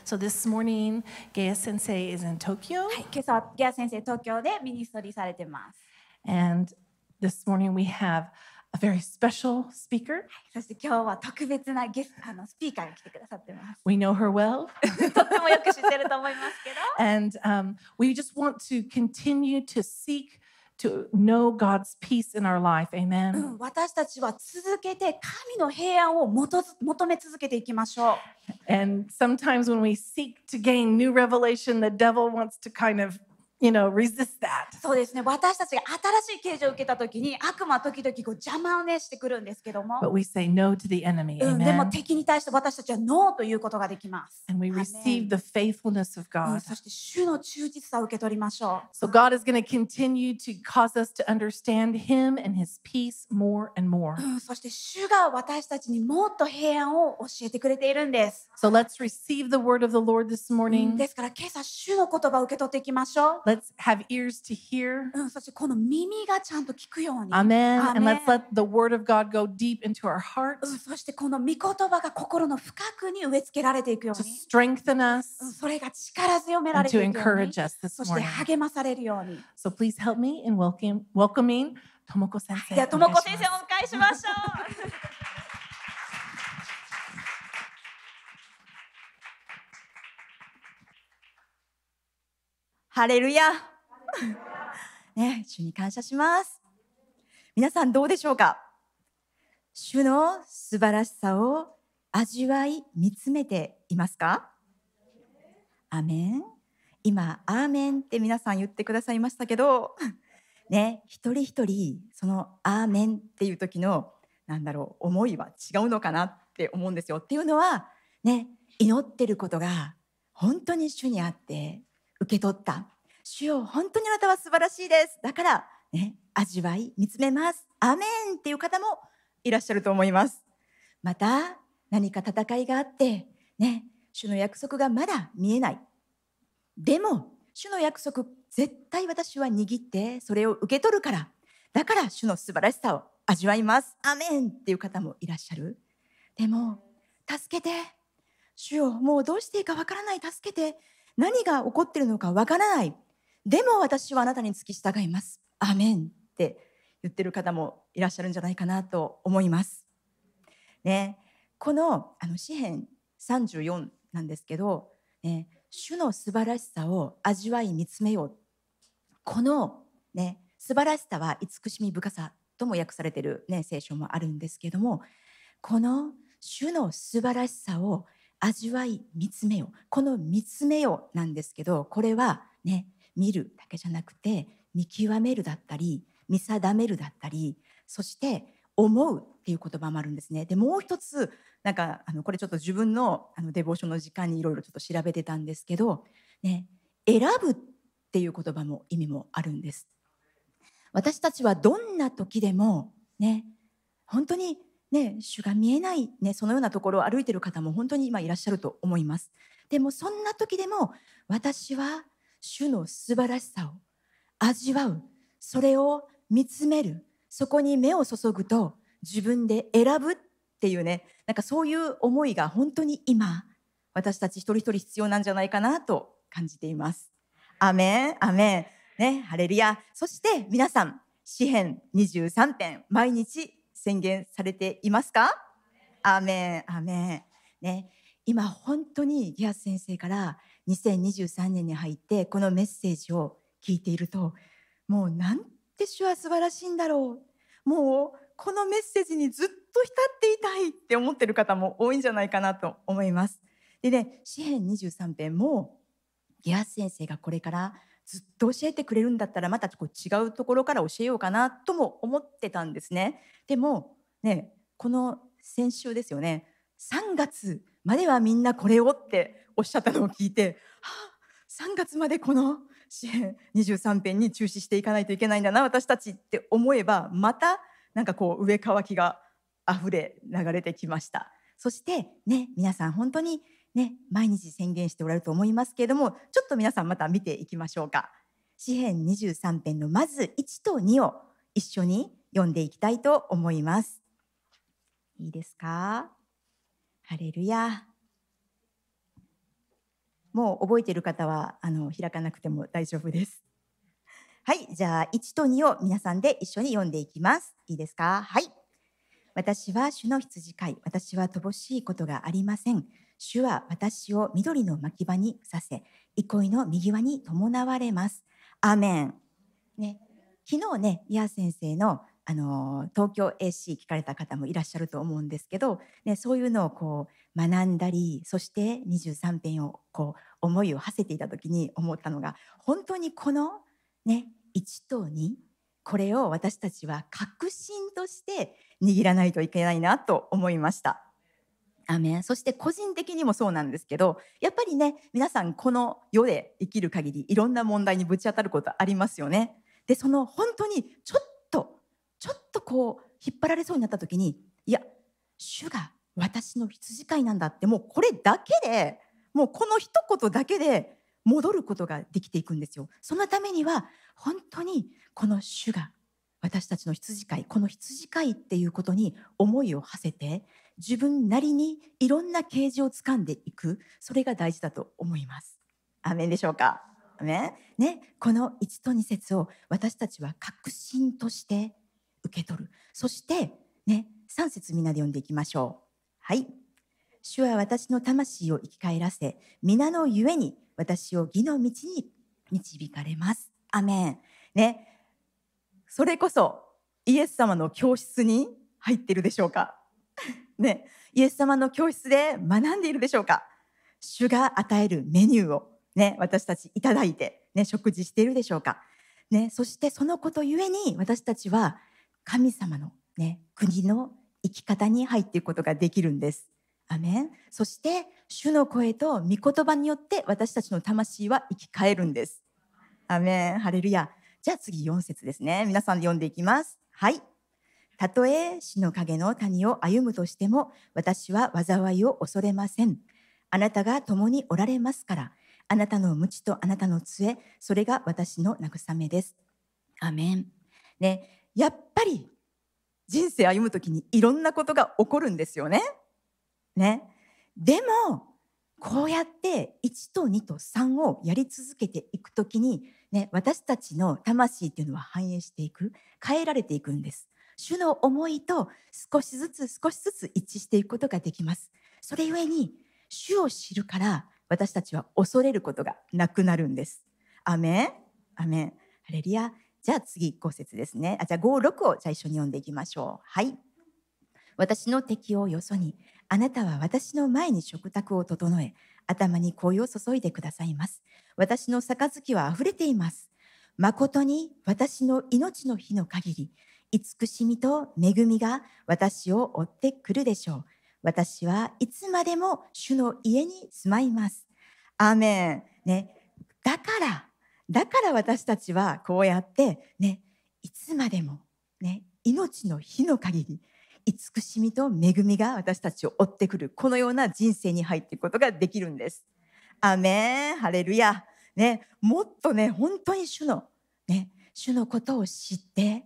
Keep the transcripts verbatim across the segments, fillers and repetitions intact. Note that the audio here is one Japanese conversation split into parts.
So this morning, Geya Sensei is in Tokyo. はい、今朝はゲア先生東京でミニストリーされてます。 And this morning we have a very special speaker. そして今日は特別なゲスあのスピーカーが来てくださってます。 We know her well. とってもよく知ってると思いますけど、 And um, we just want to continue to seek to know God's peace in our life. う Amen. ん、私たちは続けて神の平安を求ず求め続けていきましょう。 And sometimes when we seek to gain new revelation, the devil wants to kind of, you know, resist that. そうですね、私たちが新しい啓示を受けたときに悪魔は時々こう邪魔をねしてくるんですけども、 But we say no to the enemy. うん、でも Amen. 敵に対して私たちはノーということができます。 And we アーメン receive the faithfulness of うん、 God. そして主の忠実さを受け取りましょう。 So God is going to continue to cause us to understand Him and His peace more and more. うん、そして主が私たちにもっと平安を教えてくれているんです。 So let's receive the word of the Lord this うん、 morning. ですから今朝主の言葉を受け取っていきましょう。 Let's have ears to hear. うん、そしてこの耳がちゃんと聞くように。 Amen. アー And メン let's let the word of God go deep into our hearts うん、そしてこの御言葉が心の深くに植え付けられていくよう to に、 strengthen うん us それが力強めら and れて to いくように、 encourage us this そして morning. 励まされるように。 So please help me in welcome, welcoming Tomoko で sensei. は、ともこ先生をお迎えしましょう。ハレルヤ。ね、主に感謝します。皆さんどうでしょうか。主の素晴らしさを味わい見つめていますか。アーメン。今アーメンって皆さん言ってくださいましたけどね、一人一人そのアーメンっていう時のなんだろう思いは違うのかなって思うんですよ。っていうのはね、祈ってることが本当に主にあって受け取った。主よ、本当にあなたは素晴らしいです。だからね、味わい見つめます。アーメンっていう方もいらっしゃると思います。また何か戦いがあってね、主の約束がまだ見えない。でも主の約束絶対私は握ってそれを受け取るから、だから主の素晴らしさを味わいます。アーメンっていう方もいらっしゃる。でも助けて、主よ、もうどうしていいかわからない、助けて、何が起こっているのかわからない、でも私はあなたに付き従います。アーメンって言ってる方もいらっしゃるんじゃないかなと思いますね。このあの詩編さんじゅうよんなんですけど、ね、主の素晴らしさを味わい見つめよう。この、ね、素晴らしさは慈しみ深さとも訳されている、ね、聖書もあるんですけども、この主の素晴らしさを味わい見つめよう。この見つめようなんですけど、これはね、見るだけじゃなくて見極めるだったり見定めるだったり、そして思うっていう言葉もあるんですね。でもう一つ、なんかあのこれちょっと自分のあのデボーションの時間にいろいろちょっと調べてたんですけど、ね、選ぶっていう言葉も意味もあるんです。私たちはどんな時でもね、本当にね、主が見えない、ね、そのようなところを歩いている方も本当に今いらっしゃると思います。でもそんな時でも私は主の素晴らしさを味わう、それを見つめる、そこに目を注ぐと自分で選ぶっていうね、なんかそういう思いが本当に今私たち一人一人必要なんじゃないかなと感じています。アメンアメン、ね、ハレルヤ。そして皆さん、詩編にじゅうさん編毎日宣言されていますか。アメンアメン、ね、今本当にギアス先生からにせんにじゅうさんねんに入ってこのメッセージを聞いていると、もうなんて主は素晴らしいんだろう、もうこのメッセージにずっと浸っていたいって思ってる方も多いんじゃないかなと思います。でね、詩編にじゅうさん編もギアス先生がこれからずっと教えてくれるんだったらまたこう違うところから教えようかなとも思ってたんですね。でもね、この先週ですよね、さんがつまではみんなこれをっておっしゃったのを聞いて、はあ、さんがつまでこの詩編にじゅうさん編に注視していかないといけないんだな私たちって思えば、またなんかこう上乾きがあふれ流れてきました。そしてね、皆さん本当にね、毎日宣言しておられると思いますけれども、ちょっと皆さんまた見ていきましょうか。詩編にじゅうさん編のまずいちとにを一緒に読んでいきたいと思います。いいですか。ハレルヤ。 もう覚えている方はあの開かなくても大丈夫です。はい、じゃあいちとにを皆さんで一緒に読んでいきます。いいですか？はい。私は主の羊飼い、私は乏しいことがありません。主は私を緑の牧場にさせ、憩いの右輪に伴われます。アーメン。ね、昨日ね、イヤ先生の、あの東京 エーシー 聞かれた方もいらっしゃると思うんですけど、ね、そういうのをこう学んだり、そしてにじゅうさん編をこう思いを馳せていた時に思ったのが、本当にこの、ね、いちとに、これを私たちは確信として握らないといけないなと思いました。アメン。そして個人的にもそうなんですけど、やっぱりね、皆さんこの世で生きる限りいろんな問題にぶち当たることありますよね。で、その本当にちょっとちょっとこう引っ張られそうになった時に、いや、主が私の羊飼いなんだって、もうこれだけで、もうこの一言だけで戻ることができていくんですよ。そのためには本当にこの主が私たちの羊飼い、この羊飼いっていうことに思いを馳せて、自分なりにいろんな啓示をつかんでいく、それが大事だと思います。アーメンでしょうか？アーメンね、このいちとに節を私たちは確信として受け取る。そしてね、さん節みんなで読んでいきましょう。はい。主は私の魂を生き返らせ、皆のゆえに私を義の道に導かれます。アーメンね。それこそイエス様の教室に入っているでしょうか？ね、イエス様の教室で学んでいるでしょうか？主が与えるメニューを、ね、私たちいただいて、ね、食事しているでしょうか？ね、そしてそのことゆえに私たちは神様の、ね、国の生き方に入っていくことができるんです。アメン。そして主の声と御言葉によって私たちの魂は生き返るんです。アメン。ハレルヤ。じゃあ次よん節ですね。皆さんで読んでいきます。はい。たとえ死の影の谷を歩むとしても、私は災いを恐れません。あなたが共におられますから、あなたの鞭とあなたの杖、それが私の慰めです。アメン。ね、やっぱり人生歩むときにいろんなことが起こるんですよね。ね。でも、こうやっていちとにとさんをやり続けていくときに、ね、私たちの魂っていうのは反映していく、変えられていくんです。主の思いと少しずつ少しずつ一致していくことができます。それゆえに、主を知るから私たちは恐れることがなくなるんです。アメン。アメン。ハレルヤ。じゃあ次ご節ですね。あ、じゃあご、ろくをじゃあ一緒に読んでいきましょう。はい。私の敵をよそに、あなたは私の前に食卓を整え、頭に香油を注いでくださいます。私の杯は溢れています。誠に私の命の日の限り、慈しみと恵みが私を追ってくるでしょう。私はいつまでも主の家に住まいます。アーメン。ね、だから、だから私たちはこうやってね、いつまでもね、命の日の限り、慈しみと恵みが私たちを追ってくる、このような人生に入っていくことができるんです。アメン。ハレルヤ。ね、もっとね、本当に主の、ね、主のことを知って、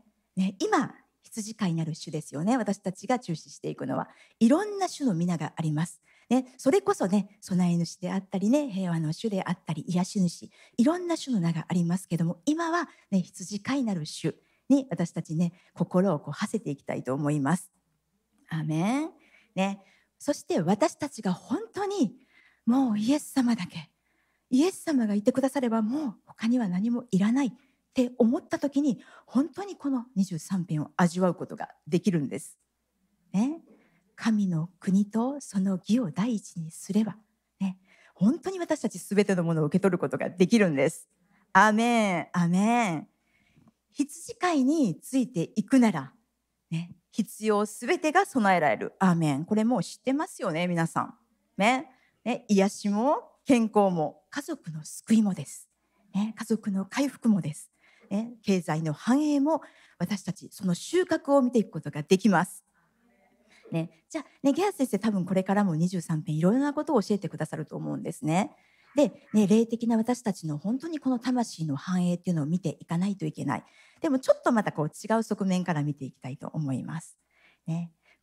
ね、今、羊飼いになる主ですよね。私たちが注視していくのは、いろんな主の皆があります。ね、それこそね、備え主であったりね、平和の主であったり、癒し主、いろんな主の名がありますけども、今はね、羊飼いになる主に私たちね、心をこう馳せていきたいと思います。アーメン。ね、そして私たちが本当にもうイエス様だけ、イエス様がいてくださればもう他には何もいらないって思った時に、本当にこのにじゅうさん編を味わうことができるんです。ね、神の国とその義を第一にすれば、ね、本当に私たちすべてのものを受け取ることができるんです。アーメン。アーメン。羊飼いについていくなら、ね、必要すべてが備えられる。アーメン。これもう知ってますよね、皆さん。ね、ね、癒しも健康も家族の救いもです。ね、家族の回復もです。ね、経済の繁栄も私たちその収穫を見ていくことができます。ね、じゃあ、ね、ゲア先生多分これからもにじゅうさん編いろいろなことを教えてくださると思うんですね。で、ね、霊的な私たちの本当にこの魂の繁栄っていうのを見ていかないといけない。でもちょっとまたこう違う側面から見ていきたいと思います。ね、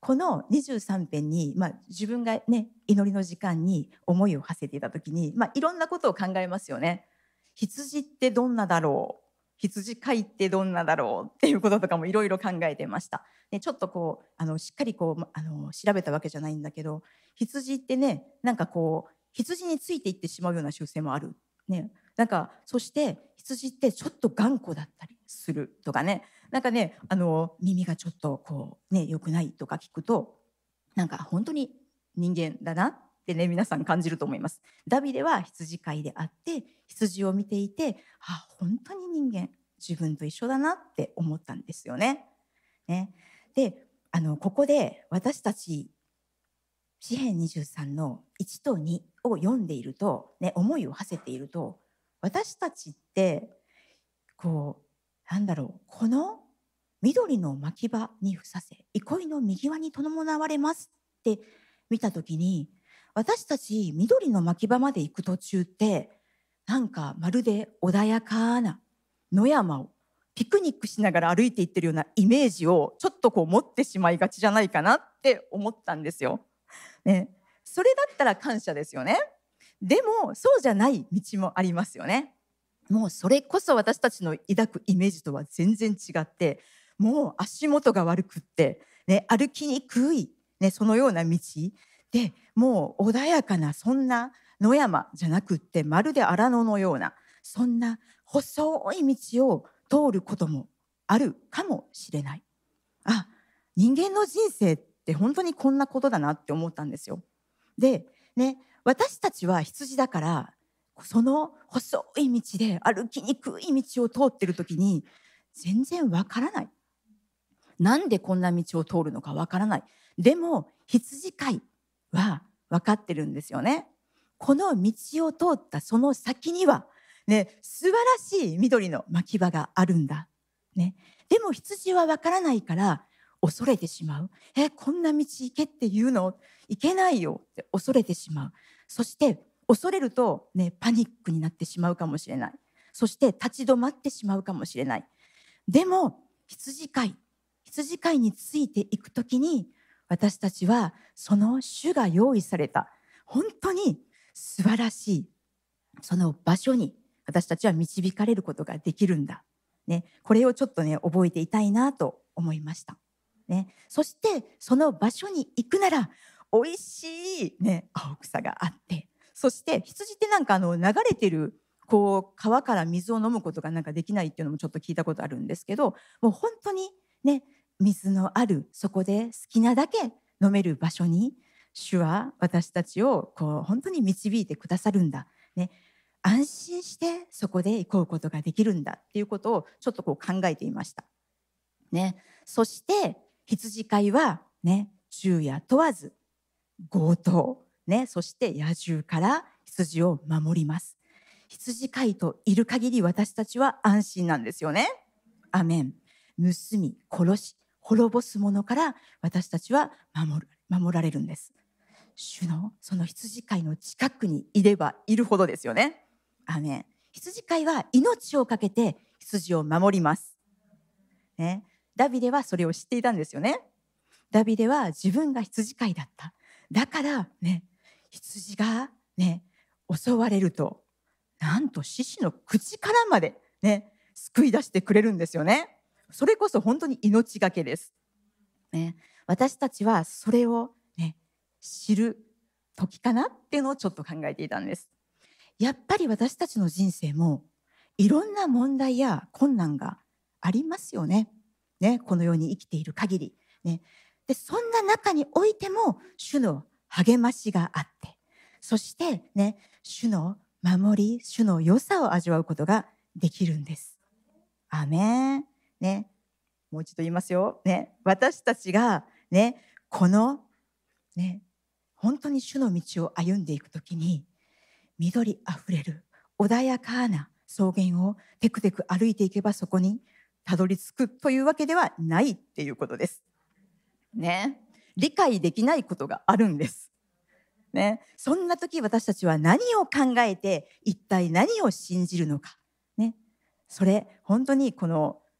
このにじゅうさん編に、まあ、自分がね祈りの時間に思いを馳せていた時に、まあ、いろんなことを考えますよね。羊ってどんなだろう、羊飼いってどんなだろうっていうこととかもいろいろ考えてました。でちょっとこうあのしっかりこうまあの調べたわけじゃないんだけど、羊ってねなんかこう羊についていってしまうような習性もある、ね、なんかそして羊ってちょっと頑固だったりするとかね、なんかねあの耳がちょっとこうね良くないとか聞くと、なんか本当に人間だなってね皆さん感じると思います。ダビデは羊飼いであって羊を見ていて、あ本当に人間自分と一緒だなって思ったんですよね。ねであのここで私たち詩編にじゅうさんのいちとにを読んでいると、ね、思いを馳せていると、私たちってこうなんだろう、この緑の牧場にふさせ憩いの右輪に伴われますって見た時に、私たち緑の牧場まで行く途中ってなんかまるで穏やかな野山をピクニックしながら歩いていってるようなイメージをちょっとこう持ってしまいがちじゃないかなって思ったんですよ。ね、それだったら感謝ですよね。でもそうじゃない道もありますよね。もうそれこそ私たちの抱くイメージとは全然違って、もう足元が悪くって、ね、歩きにくい、ね、そのような道で、もう穏やかなそんな野山じゃなくって、まるで荒野のようなそんな細い道を通ることもあるかもしれない。あ、人間の人生って本当にこんなことだなって思ったんですよ。で、ね、私たちは羊だから、その細い道で歩きにくい道を通ってる時に全然わからない。なんでこんな道を通るのかわからない。でも羊飼いは分かってるんですよね。この道を通ったその先には、ね、素晴らしい緑の牧場があるんだ。ね、でも羊は分からないから恐れてしまう。え、こんな道行けって言うの？行けないよって恐れてしまう。そして恐れると、ね、パニックになってしまうかもしれない。そして立ち止まってしまうかもしれない。でも羊飼い羊飼いについていくときに、私たちはその主が用意された本当に素晴らしいその場所に私たちは導かれることができるんだ、ね、これをちょっとね覚えていたいなと思いました、ね、そしてその場所に行くなら美味しい、ね、青草があって、そして羊ってなんかあの流れてるこう川から水を飲むことがなんかできないっていうのもちょっと聞いたことあるんですけど、もう本当にね水のあるそこで好きなだけ飲める場所に主は私たちをこう本当に導いてくださるんだ、ね、安心してそこで行こうことができるんだっていうことをちょっとこう考えていました、ね、そして羊飼いは、ね、昼夜問わず強盗、ね、そして野獣から羊を守ります。羊飼いといる限り私たちは安心なんですよね。アメン。盗み殺し滅ぼすものから私たちは守る、守られるんです。主のその羊飼いの近くにいればいるほどですよね。アメン。羊飼いは命をかけて羊を守ります、ね、ダビデはそれを知っていたんですよね。ダビデは自分が羊飼いだった。だからね、羊がね襲われるとなんと獅子の口からまでね救い出してくれるんですよね。それこそ本当に命がけです、ね、私たちはそれを、ね、知る時かなっていうのをちょっと考えていたんです。やっぱり私たちの人生もいろんな問題や困難がありますよね。ね、この世に生きている限り、ね、でそんな中においても主の励ましがあって、そしてね主の守り、主の良さを味わうことができるんです。アーメン、ね、もう一度言いますよ、ね、私たちが、ね、この、ね、本当に主の道を歩んでいくときに緑あふれる穏やかな草原をテクテク歩いていけばそこにたどり着くというわけではないっていうことです、ね、理解できないことがあるんです、ね、そんな時私たちは何を考えて一体何を信じるのか、ね、それ本当にこの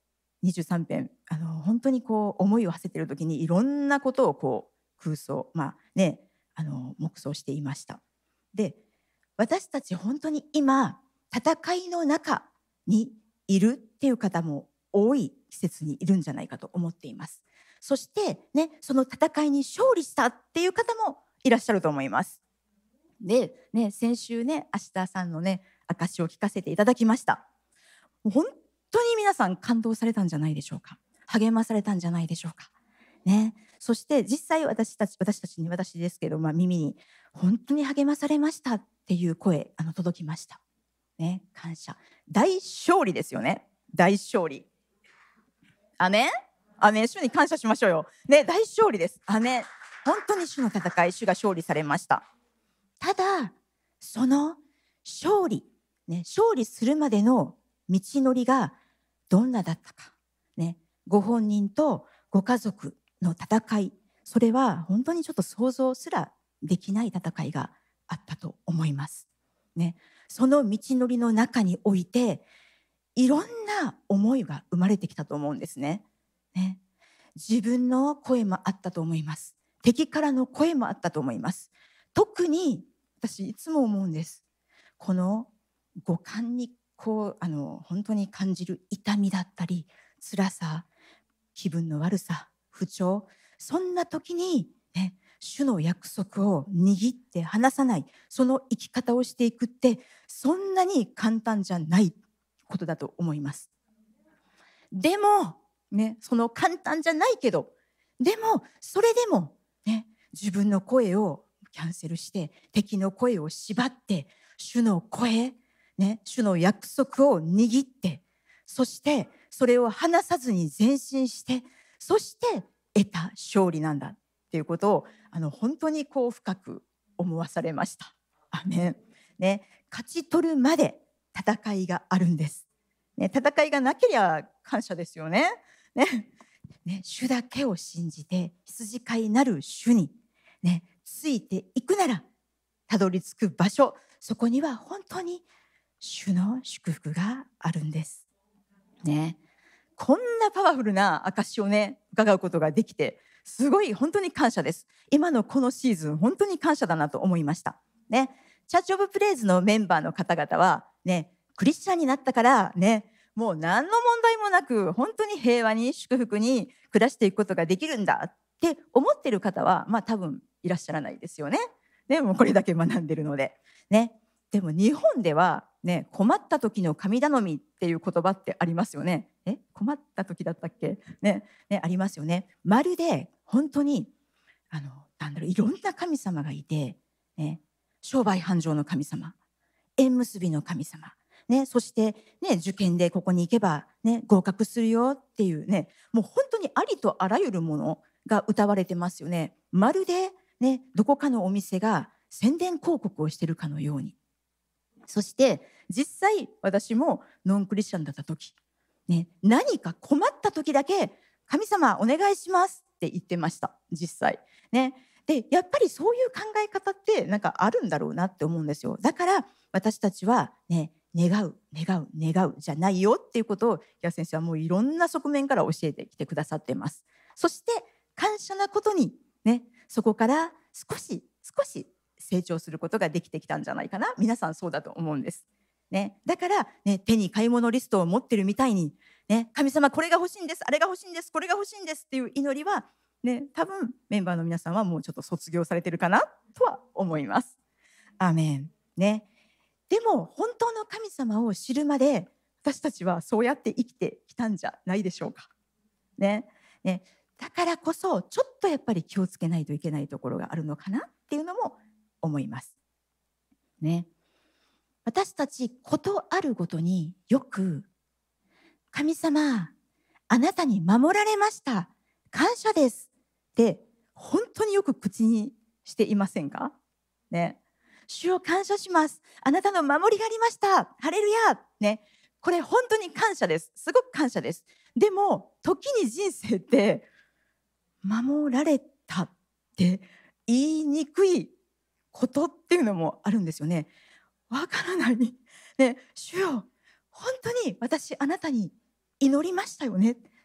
にじゅうさん編、あの本当にこう思いを馳せている時にいろんなことをこう空想、まあね、あの黙想していました。で、私たち本当に今戦いの中にいるっていう方も多い季節にいるんじゃないかと思っています。そしてね、その戦いに勝利したっていう方もいらっしゃると思います。で、ね、先週ね、明日さんのね、証を聞かせていただきました。本当に皆さん感動されたんじゃないでしょうか。励まされたんじゃないでしょうか。ね、そして実際私たち私たちに私ですけど、まあ、耳に本当に励まされましたっていう声あの届きました。ね、感謝。大勝利ですよね。大勝利。アメン。アメン。主に感謝しましょうよ。ね、大勝利です。アメン。本当に主の戦い、主が勝利されました。ただその勝利、ね、勝利するまでの道のりがどんなだったか、ね、ご本人とご家族の戦い、それは本当にちょっと想像すらできない戦いがあったと思います、ね、その道のりの中においていろんな思いが生まれてきたと思うんですね。ね、自分の声もあったと思います。敵からの声もあったと思います。特に私いつも思うんです。この五感にこうあの本当に感じる痛みだったり辛さ、気分の悪さ、不調、そんな時に、ね、主の約束を握って離さない、その生き方をしていくってそんなに簡単じゃないことだと思います。でも、ね、その簡単じゃないけど、でもそれでも、ね、自分の声をキャンセルして敵の声を縛って主の声、ね、主の約束を握って、そしてそれを離さずに前進して、そして得た勝利なんだっていうことをあの本当にこう深く思わされました。アメン、ね、勝ち取るまで戦いがあるんです、ね、戦いがなければ感謝ですよね。ねね、主だけを信じて羊飼いなる主に、ね、ついていくならたどり着く場所、そこには本当に主の祝福があるんです、ね、こんなパワフルな証をね伺うことができてすごい本当に感謝です。今のこのシーズン本当に感謝だなと思いました、ね、チャーチオブプレイズのメンバーの方々は、ね、クリスチャンになったからね、もう何の問題もなく本当に平和に祝福に暮らしていくことができるんだって思っている方は、まあ、多分いらっしゃらないですよね。でもこれだけ学んでるので、ね、でも日本では、ね、困った時の神頼みっていう言葉ってありますよね。え困った時だったっけ、ねね、ありますよね。まるで本当にあのなんだろう、いろんな神様がいて、ね、商売繁盛の神様、縁結びの神様、ね、そして、ね、受験でここに行けば、ね、合格するよっていうね、もう本当にありとあらゆるものが歌われてますよね。まるで、ね、どこかのお店が宣伝広告をしているかのように。そして実際私もノンクリスチャンだった時、ね、何か困った時だけ神様お願いしますって言ってました実際、ね、でやっぱりそういう考え方ってなんかあるんだろうなって思うんですよ。だから私たちはね、願う願う願うじゃないよっていうことを矢先生はもういろんな側面から教えてきてくださっています。そして感謝なことに、ね、そこから少し少し成長することができてきたんじゃないかな。皆さんそうだと思うんです、ね、だから、ね、手に買い物リストを持ってるみたいに、ね、神様これが欲しいんです、あれが欲しいんです、これが欲しいんですっていう祈りは、ね、多分メンバーの皆さんはもうちょっと卒業されてるかなとは思います。アーメン、ね、でも本当の神様を知るまで私たちはそうやって生きてきたんじゃないでしょうか、ねね、だからこそちょっとやっぱり気をつけないといけないところがあるのかなっていうのも思います、ね、私たちことあるごとによく神様あなたに守られました感謝ですって本当によく口にしていませんか、ね、主を感謝します、あなたの守りがありました、ハレルヤ、ね、これ本当に感謝です、すごく感謝です。でも時に人生って守られたって言いにくいことっていうのもあるんですよね。わからない、ね、主よ本当に私あなたに祈りましたよね、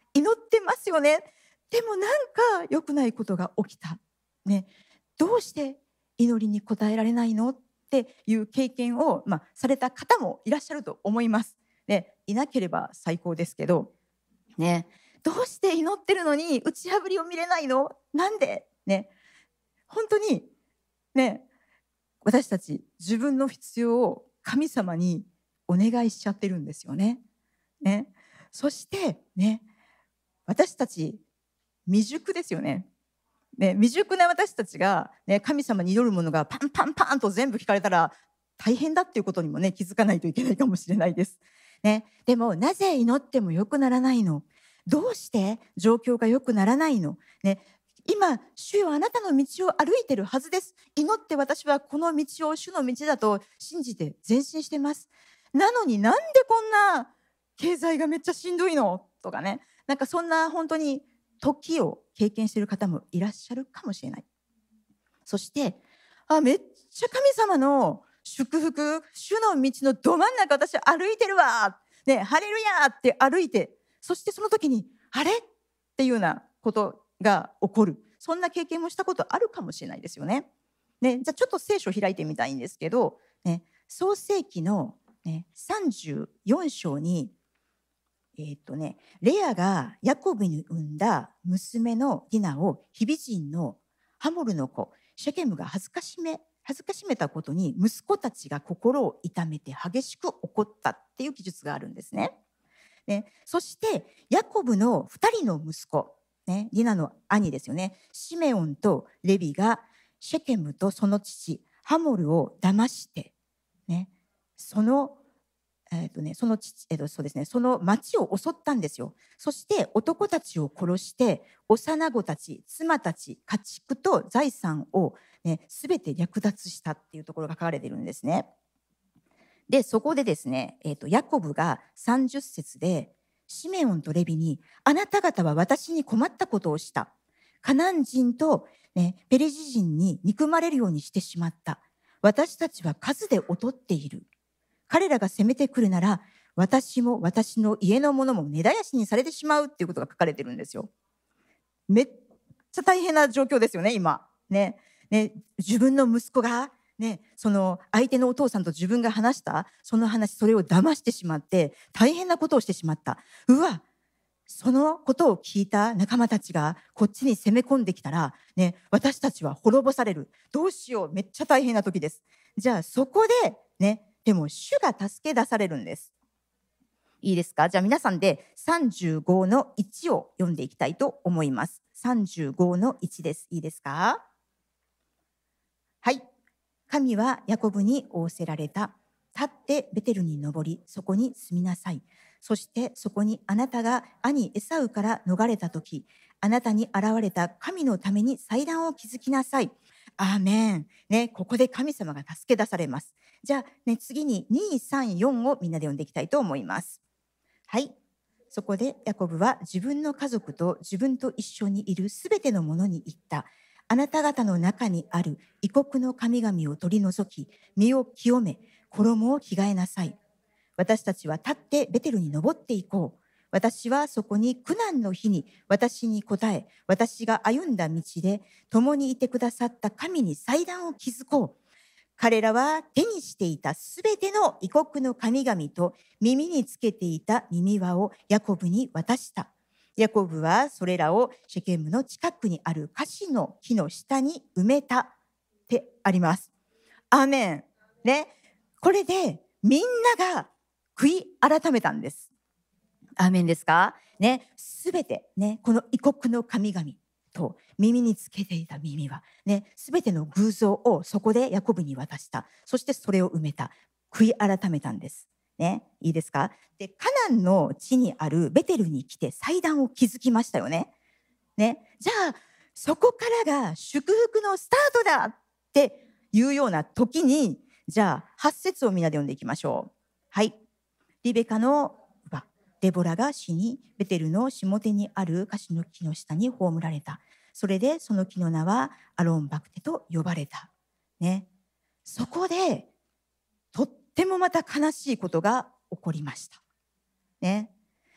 祈ってますよね。でもなんか良くないことが起きた。ね、どうして祈りに応えられないのっていう経験を、まあ、された方もいらっしゃると思います。ね、いなければ最高ですけど、ね、どうして祈ってるのに打ち破りを見れないの？なんで？ね、本当にね、私たち自分の必要を神様にお願いしちゃってるんですよね。ね、そしてね、私たち未熟ですよね。ね、未熟な私たちが、ね、神様に祈るものがパンパンパンと全部聞かれたら大変だっていうことにもね、気づかないといけないかもしれないです。ね、でもなぜ祈っても良くならないの？どうして状況が良くならないの？ね、今、主よあなたの道を歩いてるはずです。祈って私はこの道を主の道だと信じて前進してます。なのになんでこんな経済がめっちゃしんどいの？とかね、なんかそんな本当に時を経験している方もいらっしゃるかもしれない。そしてあめっちゃ神様の祝福、主の道のど真ん中私歩いてるわ、ね、ハレルヤーって歩いて、そしてその時にあれっていうようなことが起こる、そんな経験もしたことあるかもしれないですよね。ね、じゃあちょっと聖書を開いてみたいんですけど、ね、創世記の、ね、さんじゅうよん章にえーっとね、レアがヤコブに産んだ娘のディナをヒビ人のハモルの子シェケムが恥ずかしめ恥ずかしめたことに息子たちが心を痛めて激しく怒ったっていう記述があるんですね。ね、そしてヤコブのふたりの息子、ね、ディナの兄ですよね、シメオンとレビがシェケムとその父ハモルを騙して、ね、そのえーとね、その父、えーとそうですね、その町を襲ったんですよ。そして男たちを殺して幼子たち、妻たち、家畜と財産を、ね、全て略奪したっていうところが書かれているんですね。でそこでですね、えーとヤコブがさんじゅっ節でシメオンとレビに、あなた方は私に困ったことをした。カナン人と、ね、ペリジ人に憎まれるようにしてしまった。私たちは数で劣っている。彼らが攻めてくるなら私も私の家の者も根絶やしにされてしまうっていうことが書かれてるんですよ。めっちゃ大変な状況ですよね今ね。ね、自分の息子が、ね、その相手のお父さんと自分が話したその話、それを騙してしまって大変なことをしてしまった。うわ、そのことを聞いた仲間たちがこっちに攻め込んできたら、ね、私たちは滅ぼされる。どうしよう、めっちゃ大変な時です。じゃあそこでね、でも主が助け出されるんです。いいですか？じゃあ皆さんでさんじゅうごのいちを読んでいきたいと思います。さんじゅうごのいちです。いいですか？はい。神はヤコブに仰せられた。立ってベテルに登り、そこに住みなさい。そしてそこにあなたが兄エサウから逃れた時、あなたに現れた神のために祭壇を築きなさい。アーメン。ね、ここで神様が助け出されます。じゃあ、ね、次にに、さん、よんをみんなで読んでいきたいと思います。はい。そこでヤコブは自分の家族と自分と一緒にいるすべてのものに言った。あなた方の中にある異国の神々を取り除き、身を清め、衣を着替えなさい。私たちは立ってベテルに登っていこう。私はそこに苦難の日に私に答え、私が歩んだ道で共にいてくださった神に祭壇を築こう。彼らは手にしていたすべての異国の神々と耳につけていた耳輪をヤコブに渡した。ヤコブはそれらをシェケムの近くにあるカシの木の下に埋めたってあります。アーメン。ね、これでみんなが悔い改めたんです。アーメンですかね。すべてね、この異国の神々と耳につけていた耳はね、すべての偶像をそこでヤコブに渡した。そしてそれを埋めた。悔い改めたんですね。いいですか？で、カナンの地にあるベテルに来て祭壇を築きましたよね。ね、じゃあそこからが祝福のスタートだっていうような時に、じゃあはち節をみんなで読んでいきましょう。はい。リベカの乳母デボラが死に、ベテルの下手にあるカシの木の下に葬られた。それでその木の名はアロンバクテと呼ばれた。ね、そこでとってもまた悲しいことが起こりました。ね、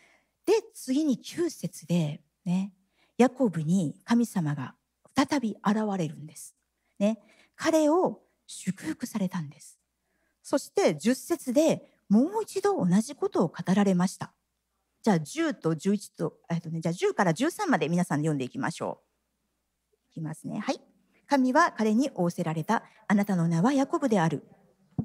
で、次にきゅう節で、ね、ヤコブに神様が再び現れるんです。ね、彼を祝福されたんです。そしてじゅっ節でもう一度同じことを語られました。じゃあじゅうとじゅういちと、えっとね、じゃあじゅうからじゅうさんまで皆さん読んでいきましょう。いきますね。はい。神は彼に仰せられた。あなたの名はヤコブである。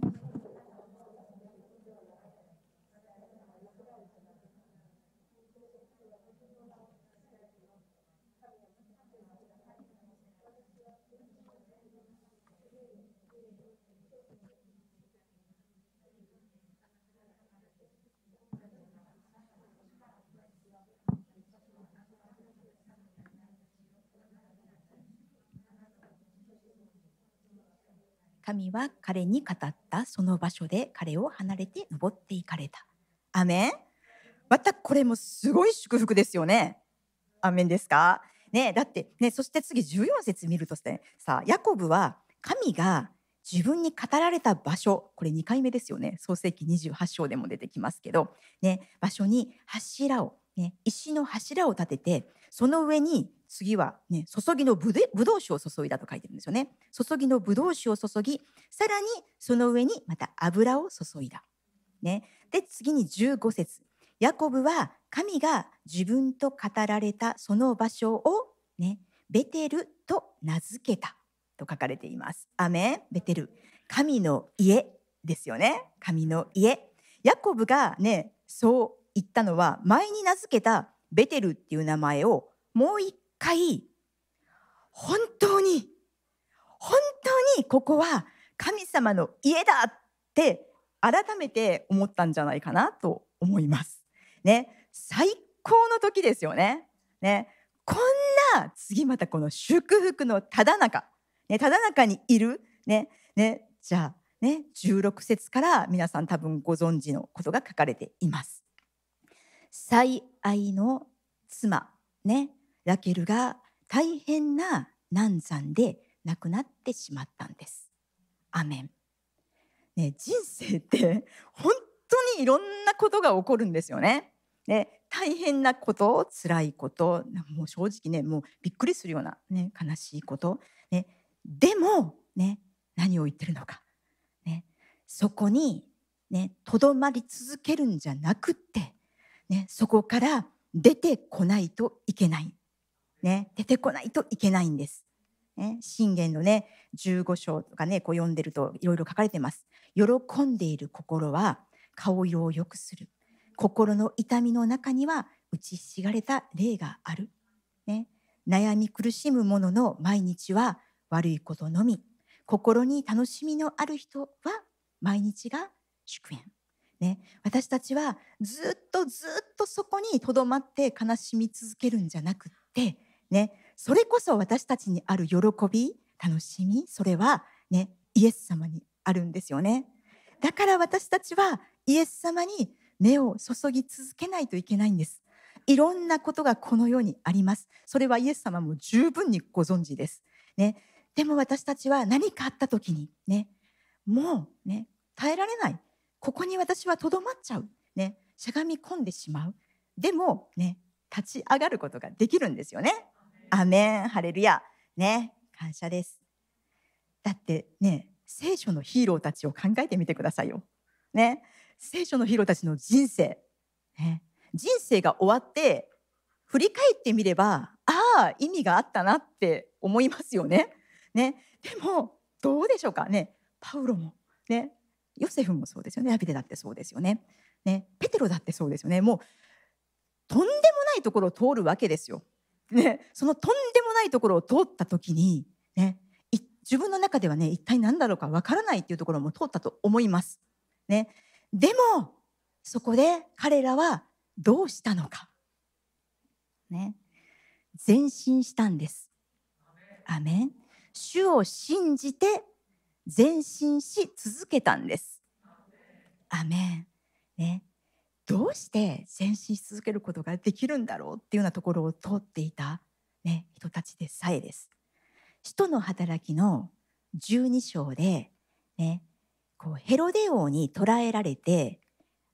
神は彼に語ったその場所で彼を離れて登っていかれた。アメン。またこれもすごい祝福ですよね。アメンですかね。だってね、そして次じゅうよん節見るとね、さあヤコブは神が自分に語られた場所、これにかいめですよね。創世記にじゅうはち章でも出てきますけど、ね、場所に柱を、ね、石の柱を立てて、その上に次は、ね、注ぎのぶでぶどう酒を注いだと書いてるんですよね。注ぎのぶどう酒を注ぎ、さらにその上にまた油を注いだ。ね、で次にじゅうご節、ヤコブは神が自分と語られたその場所を、ね、ベテルと名付けたと書かれています。アメン。ベテル、神の家ですよね。神の家。ヤコブがね、そう言ったのは、前に名付けたベテルっていう名前をもう一回、本当に本当にここは神様の家だって改めて思ったんじゃないかなと思いますね。最高の時ですよね。ね、こんな次またこの祝福のただ中、ね、ただ中にいるね、ね、じゃあね、じゅうろく節から皆さん多分ご存知のことが書かれています。最愛の妻ね、ラケルが大変な難産で亡くなってしまったんです。アメン。ね、人生って本当にいろんなことが起こるんですよね。ね、大変なこと、辛いこと、もう正直ね、もうびっくりするような、ね、悲しいこと、ね、でも、ね、何を言ってるのか、ね、そこにね、とどまり続けるんじゃなくって、ね、そこから出てこないといけない、ね、出てこないといけないんです。ね、箴言のねじゅうご章とかね、こう読んでるといろいろ書かれてます。喜んでいる心は顔色を良くする。心の痛みの中には打ちひしがれた霊がある。ね、悩み苦しむ者の毎日は悪いことのみ。心に楽しみのある人は毎日が祝宴。ね、私たちはずっとずっとそこにとどまって悲しみ続けるんじゃなくって、ね、それこそ私たちにある喜び、楽しみ、それは、ね、イエス様にあるんですよね。だから私たちはイエス様に目を注ぎ続けないといけないんです。いろんなことがこの世にあります。それはイエス様も十分にご存知です。ね、でも私たちは何かあった時に、ね、もう、ね、耐えられない。ここに私はとどまっちゃう。ね、しゃがみ込んでしまう。でも、ね、立ち上がることができるんですよね。アメン、ハレルヤ。ね、感謝です。だってね、聖書のヒーローたちを考えてみてくださいよ。ね、聖書のヒーローたちの人生、ね、人生が終わって振り返ってみれば、ああ、意味があったなって思いますよね。ね、でもどうでしょうかね。パウロもね、ヨセフもそうですよね。ダビデだってそうですよね。ね、ペテロだってそうですよね。もうとんでもないところを通るわけですよ。ね、そのとんでもないところを通った時に、ね、自分の中ではね、一体何だろうかわからないっていうところも通ったと思います。ね、でもそこで彼らはどうしたのか、ね、前進したんです。アメン。主を信じて前進し続けたんです。アメン。ね、どうして前進し続けることができるんだろうっていうようなところを通っていた、ね、人たちでさえです。使徒の働きのじゅうに章で、ね、こうヘロデ王に捕らえられて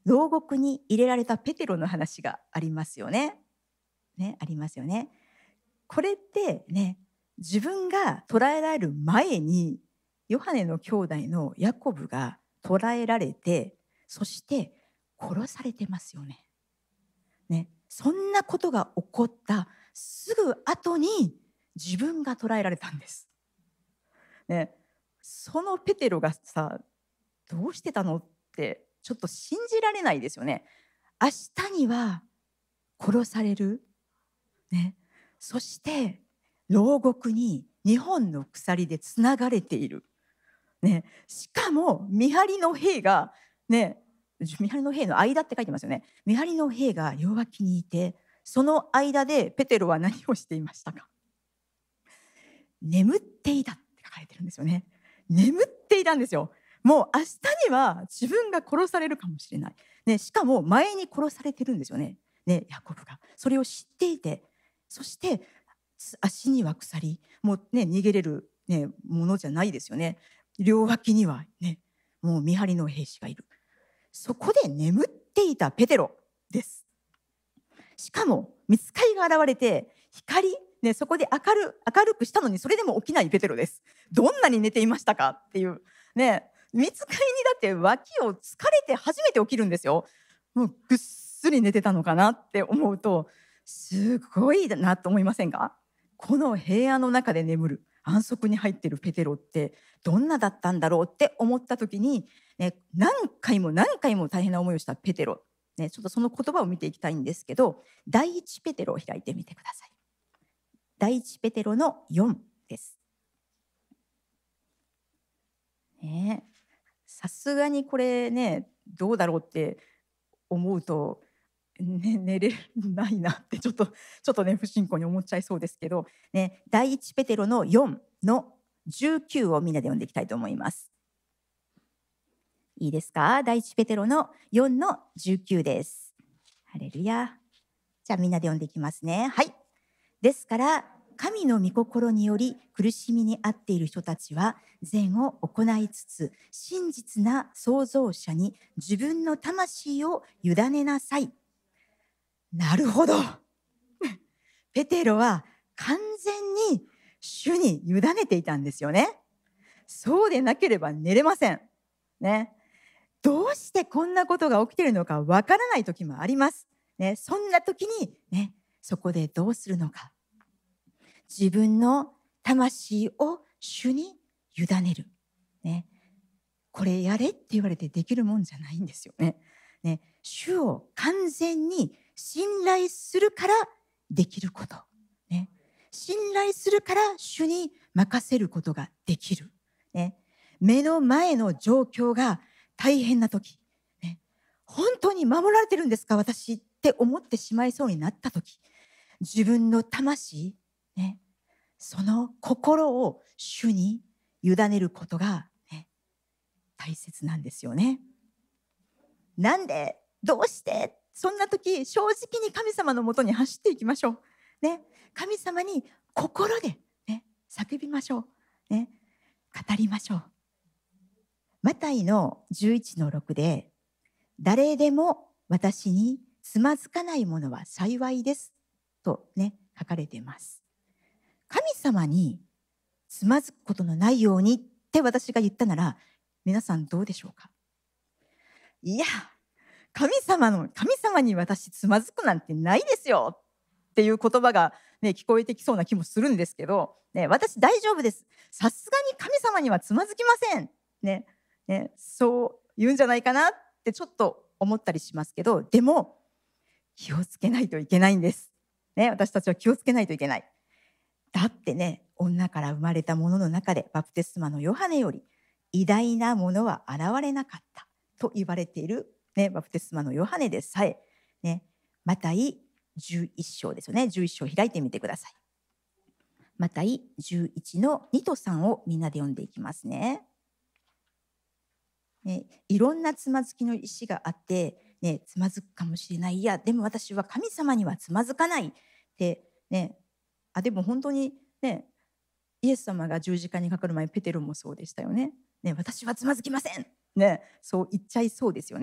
牢獄に入れられたペテロの話がありますよね。ね、ありますよね。これってね、自分が捕らえられる前にヨハネの兄弟のヤコブが捕らえられて、そして殺されてますよね。ね、そんなことが起こったすぐ後に自分が捕らえられたんです。ね、そのペテロがさ、どうしてたのってちょっと信じられないですよね。明日には殺される、ね、そして牢獄ににほんの鎖でつながれている、ね、しかも見張りの兵が、ね、見張りの兵の間って書いてますよね。見張りの兵が両脇にいて、その間でペテロは何をしていましたか？眠っていたって書かれてるんですよね。眠っていたんですよ。もう明日には自分が殺されるかもしれない、ね、しかも前に殺されてるんですよね。ね、ヤコブがそれを知っていて、そして足には鎖、もうね、逃げれる、ね、ものじゃないですよね。両脇にはね、もう見張りの兵士がいる。そこで眠っていたペテロです。しかも御使いが現れて光、ね、そこで明る明るくしたのにそれでも起きないペテロです。どんなに寝ていましたかっていうね、御使いにだって脇を疲れて初めて起きるんですよ。もうぐっすり寝てたのかなって思うとすごいなと思いませんか？この平安の中で眠る安息に入っているペテロってどんなだったんだろうって思った時に、ね、何回も何回も大変な思いをしたペテロ、ね、ちょっとその言葉を見ていきたいんですけど、第一ペテロを開いてみてください。第一ペテロのよんです。ね、さすがにこれね、どうだろうって思うと、ね、寝れないなってちょっとちょっとね不信仰に思っちゃいそうですけど、ね、第一ペテロのよんのじゅうきゅうをみんなで読んでいきたいと思います。いいですか？第一ペテロのよんのじゅうきゅうです。ハレルヤ。じゃあみんなで読んでいきますね。はい。ですから神の御心により苦しみにあっている人たちは善を行いつつ、真実な創造者に自分の魂を委ねなさい。なるほど。ペテロは完全に主に委ねていたんですよね。そうでなければ寝れません。ね。どうしてこんなことが起きているのかわからない時もあります。ね。そんな時にね、そこでどうするのか。自分の魂を主に委ねる。ね。これやれって言われてできるもんじゃないんですよね。ね。主を完全に信頼するからできること。ね。信頼するから主に任せることができる。ね。目の前の状況が大変な時、ね、本当に守られてるんですか私って思ってしまいそうになった時、自分の魂、ね、その心を主に委ねることが、ね、大切なんですよね。なんでどうしてそんな時、正直に神様のもとに走っていきましょう、ね、神様に心で、ね、叫びましょう、ね、語りましょう。マタイのじゅういちのろくで、誰でも私につまずかないものは幸いですとね、書かれています。神様につまずくことのないようにって私が言ったなら、皆さんどうでしょうか？いや、神様の神様に私つまずくなんてないですよっていう言葉が、ね、聞こえてきそうな気もするんですけど、ね、私大丈夫です。さすがに神様にはつまずきません。ねね、そう言うんじゃないかなってちょっと思ったりしますけど、でも気をつけないといけないんです、ね、私たちは気をつけないといけない。だってね、女から生まれたものの中でバプテスマのヨハネより偉大なものは現れなかったと言われている、ね、バプテスマのヨハネでさえ、ね、マタイじゅういっ章ですよね。じゅういっ章開いてみてください。マタイじゅういちのにとさんをみんなで読んでいきますね。ね、いろんなつまずきの石があって、ね、つまずくかもしれない。いや、でも私は神様にはつまずかないって、ね、あでも本当に、ね、イエス様が十字架にかかる前、ペテロもそうでしたよね。ね、私はつまずきません、ね、そう言っちゃいそうですよね。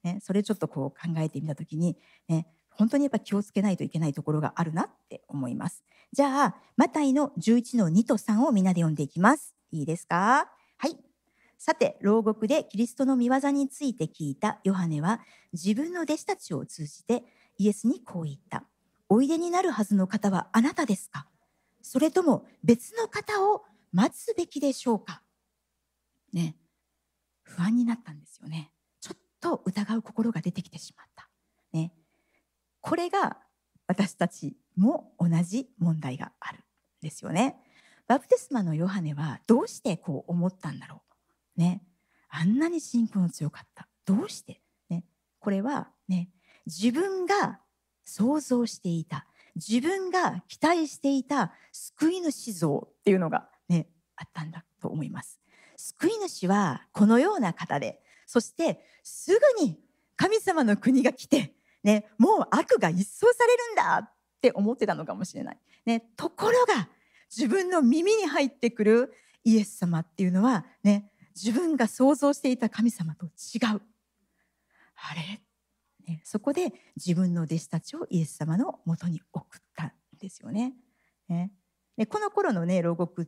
ね、それちょっとこう考えてみたときに、ね、本当にやっぱ気をつけないといけないところがあるなって思います。じゃあ、マタイのじゅういちのにとさんをみんなで読んでいきます。いいですか？はい。さて、牢獄でキリストの御業について聞いたヨハネは、自分の弟子たちを通じてイエスにこう言った。おいでになるはずの方はあなたですか？それとも別の方を待つべきでしょうか？ね、不安になったんですよね。ちょっと疑う心が出てきてしまった。ね、これが私たちも同じ問題があるんですよね。バプテスマのヨハネはどうしてこう思ったんだろう。ね、あんなに信仰の強かった。どうして、ね、これはね、自分が想像していた、自分が期待していた救い主像っていうのがね、あったんだと思います。救い主はこのような方で、そしてすぐに神様の国が来て、ね、もう悪が一掃されるんだって思ってたのかもしれない。ね、ところが自分の耳に入ってくるイエス様っていうのは、ね、自分が想像していた神様と違う。あれ、ね、そこで自分の弟子たちをイエス様のもとに送ったんですよね。ね、でこの頃のね、牢獄って、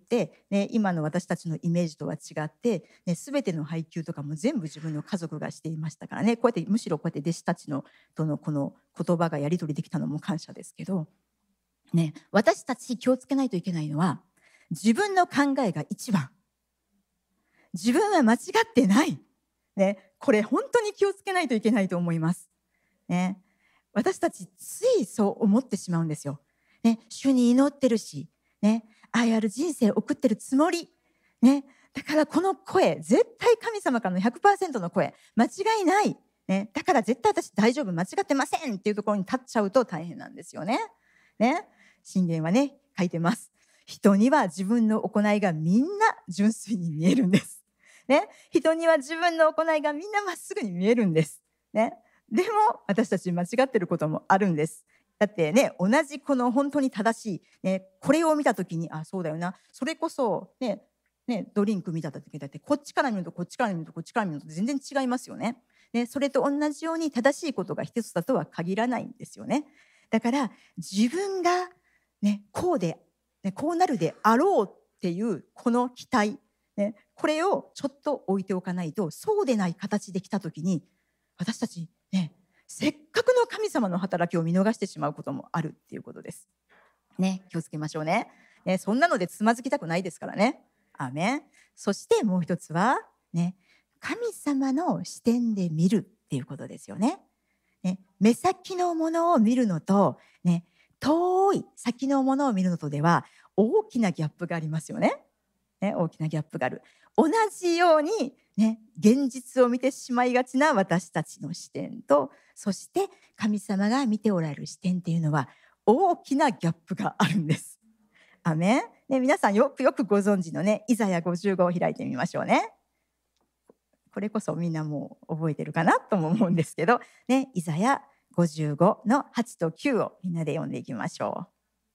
ね、今の私たちのイメージとは違って、ね、全ての配給とかも全部自分の家族がしていましたからね、こうやってむしろこうやって弟子たちのとのこの言葉がやり取りできたのも感謝ですけど、ね、私たち気をつけないといけないのは、自分の考えが一番、自分は間違ってない、ね、これ本当に気をつけないといけないと思います、ね、私たちついそう思ってしまうんですよ、ね、主に祈ってるし、ね、愛ある人生を送ってるつもり、ね、だからこの声絶対神様からの ひゃくパーセント の声、間違いない、ね、だから絶対私大丈夫、間違ってませんっていうところに立っちゃうと大変なんですよね。ね、箴言はね書いてます。人には自分の行いがみんな純粋に見えるんです、ね、人には自分の行いがみんなまっすぐに見えるんです、ね、でも私たち間違ってることもあるんです。だってね、同じこの本当に正しい、ね、これを見た時に、あ、そうだよな、それこそね、ね、ドリンク見た時だってこっちから見るとこっちから見るとこっちから見ると全然違いますよね。ね、それと同じように正しいことが一つだとは限らないんですよね。だから自分が、ね、こうで、ね、こうなるであろうっていうこの期待、ね、これをちょっと置いておかないと、そうでない形で来た時に私たち、ね、せっかくの神様の働きを見逃してしまうこともあるっていうことです、ね、気をつけましょうね。ね、そんなのでつまずきたくないですからね。アーメン。そしてもう一つは、ね、神様の視点で見るっていうことですよね。ね、目先のものを見るのと、ね、遠い先のものを見るのとでは大きなギャップがありますよね。ね、大きなギャップがある。同じように、ね、現実を見てしまいがちな私たちの視点と、そして神様が見ておられる視点っていうのは大きなギャップがあるんです。アメン。ね、皆さんよくよくご存知のね、イザヤごじゅうごを開いてみましょうね。これこそみんなもう覚えてるかなとも思うんですけど、ね、イザヤごじゅうごのはちときゅうをみんなで読んでいきましょ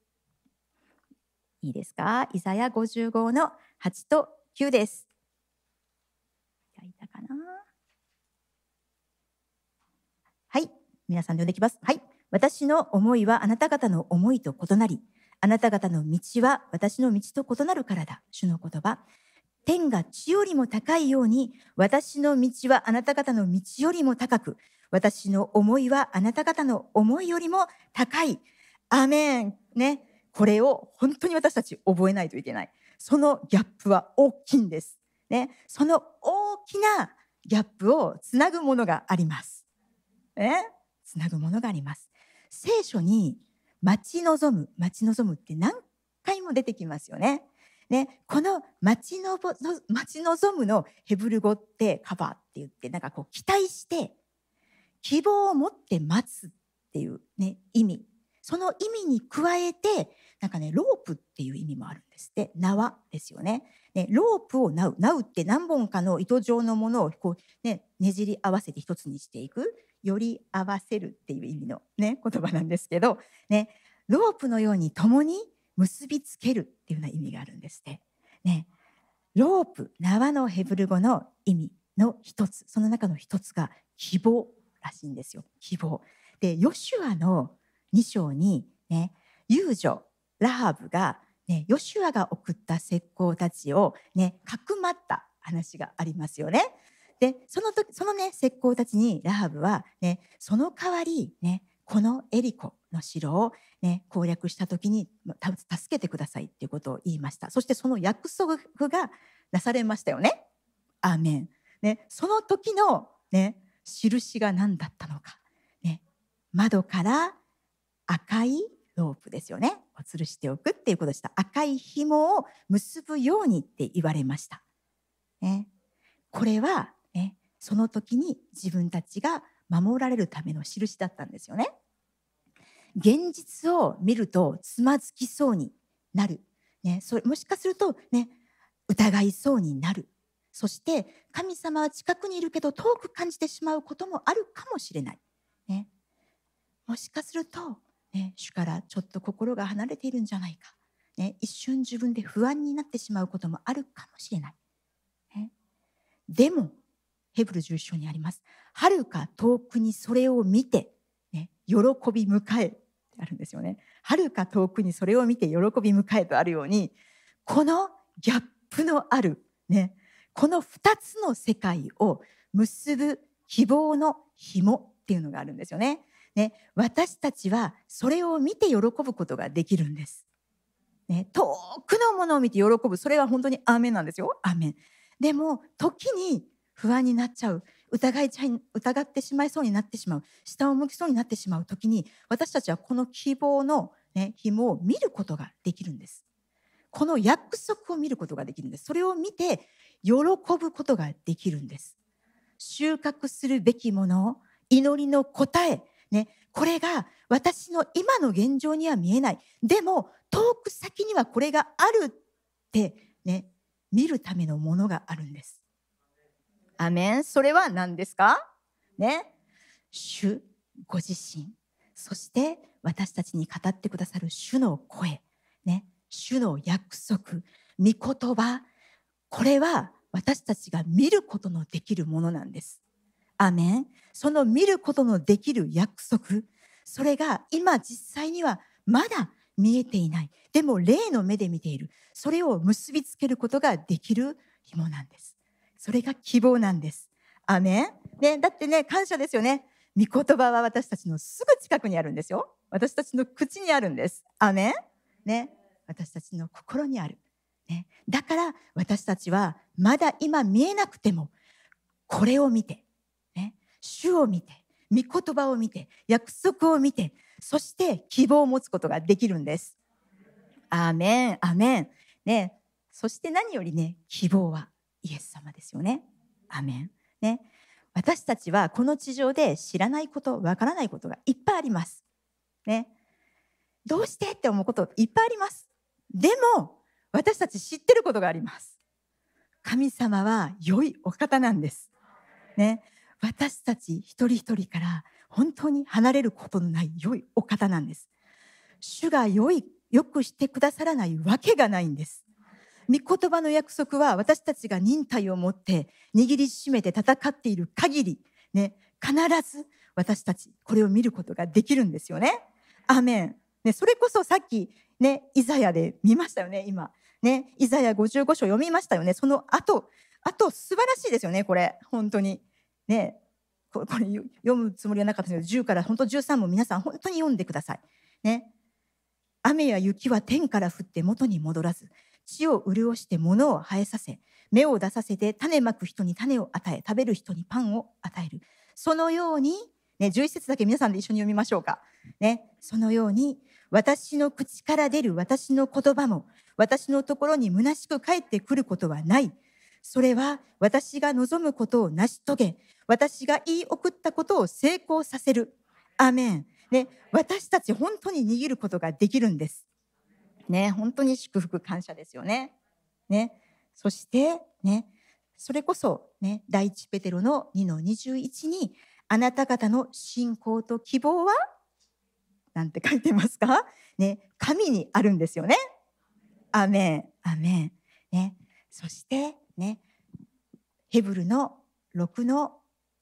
う。いいですか？イザヤごじゅうごのはちときゅうです。開いたかな？はい、皆さんで読んでいきます。はい。私の思いはあなた方の思いと異なり、あなた方の道は私の道と異なるからだ。主の言葉。天が地よりも高いように、私の道はあなた方の道よりも高く、私の思いはあなた方の思いよりも高い。アーメン。ね。これを本当に私たち覚えないといけない。そのギャップは大きいんです。ね。その大きなギャップをつなぐものがあります。ね。つなぐものがあります。聖書に待ち望む、待ち望むって何回も出てきますよね。ね、この待ちのぼ待ち望むのヘブル語ってカバーって言って、なんかこう期待して希望を持って待つっていう、ね、意味、その意味に加えてなんかね、ロープっていう意味もあるんですって。縄ですよね。ね、ロープを縄う縄うって何本かの糸状のものをこう、ね、ねじり合わせて一つにしていく、より合わせるっていう意味の、ね、言葉なんですけど、ね、ロープのように共に結びつけるっていうような意味があるんですって。ね、ロープ、縄のヘブル語の意味の一つ、その中の一つが希望らしいんですよ。希望で、ヨシュアのに章に、ね、遊女ラハブが、ね、ヨシュアが送った石膏たちを、ね、かくまった話がありますよね。でその時そのね石膏たちにラハブは、ね、その代わり、ね、このエリコの城を、ね、攻略した時にた助けてくださいっていうことを言いました。そしてその約束がなされましたよね。アーメン、ね、その時の、ね、印が何だったのか、ね、窓から赤いロープですよね、を吊るしておくっていうことでした。赤い紐を結ぶようにって言われました、ね、これは、ね、その時に自分たちが守られるための印だったんですよね。現実を見るとつまずきそうになる、ね、それもしかすると、ね、疑いそうになる。そして神様は近くにいるけど遠く感じてしまうこともあるかもしれない、ね、もしかすると、ね、主からちょっと心が離れているんじゃないか、ね、一瞬自分で不安になってしまうこともあるかもしれない、ね、でもヘブルじゅういち章にあります。遥か遠くにそれを見て、ね、喜び迎えってあるんですよね。遥か遠くにそれを見て喜び迎えとあるように、このギャップのある、ね、このふたつの世界を結ぶ希望の紐っていうのがあるんですよね。ね、私たちはそれを見て喜ぶことができるんです、ね、遠くのものを見て喜ぶ、それは本当にアーメンなんですよ。アーメン。でも時に不安になっちゃう、疑いちゃい疑ってしまいそうになってしまう、下を向きそうになってしまう時に、私たちはこの希望の、ね、紐を見ることができるんです。この約束を見ることができるんです。それを見て喜ぶことができるんです。収穫するべきもの、祈りの答え、ね、これが私の今の現状には見えない。でも遠く先にはこれがあるって、ね、見るためのものがあるんです。アメン。それは何ですか、ね、主ご自身、そして私たちに語ってくださる主の声、ね、主の約束、御言葉、これは私たちが見ることのできるものなんです。アメン。その見ることのできる約束、それが今実際にはまだ見えていない。でも霊の目で見ている。それを結びつけることができる紐なんです。それが希望なんです。アメン、ね、だってね、感謝ですよね。御言葉は私たちのすぐ近くにあるんですよ。私たちの口にあるんです。アメン、ね、私たちの心にある、ね、だから私たちはまだ今見えなくてもこれを見て、ね、主を見て、御言葉を見て、約束を見て、そして希望を持つことができるんです。アーメン、アーメン、ね、そして何よりね、希望はイエス様ですよね。アーメン、ね、私たちはこの地上で知らないこと、わからないことがいっぱいあります、ね、どうしてって思うこといっぱいあります。でも私たち知ってることがあります。神様は良いお方なんです、ね、私たち一人一人から本当に離れることのない良いお方なんです。主が良いよくしてくださらないわけがないんです。御言葉の約束は私たちが忍耐を持って握りしめて戦っている限り、ね、必ず私たちこれを見ることができるんですよね。アーメン、ね、それこそさっき、ね、イザヤで見ましたよね。今、ね、イザヤごじゅうご章読みましたよね。その後、あと素晴らしいですよね。これ本当にね、これ読むつもりはなかったんですけど、じゅうから本当じゅうさんも皆さん本当に読んでください、ね、雨や雪は天から降って元に戻らず、地を潤して物を生えさせ、芽を出させて種まく人に種を与え、食べる人にパンを与える。そのように、ね、じゅういち節だけ皆さんで一緒に読みましょうか、ね、そのように私の口から出る私の言葉も私のところに虚しく帰ってくることはない。それは私が望むことを成し遂げ、私が言い送ったことを成功させる。アーメン、ね、私たち本当に握ることができるんです、ね、本当に祝福感謝ですよね。ね、そしてね、それこそね、第一ペテロのにのにじゅういちに、あなた方の信仰と希望はなんて書いてますか、ね、神にあるんですよね。アーメン、アーメン、ね、そしてね、ヘブルのろくの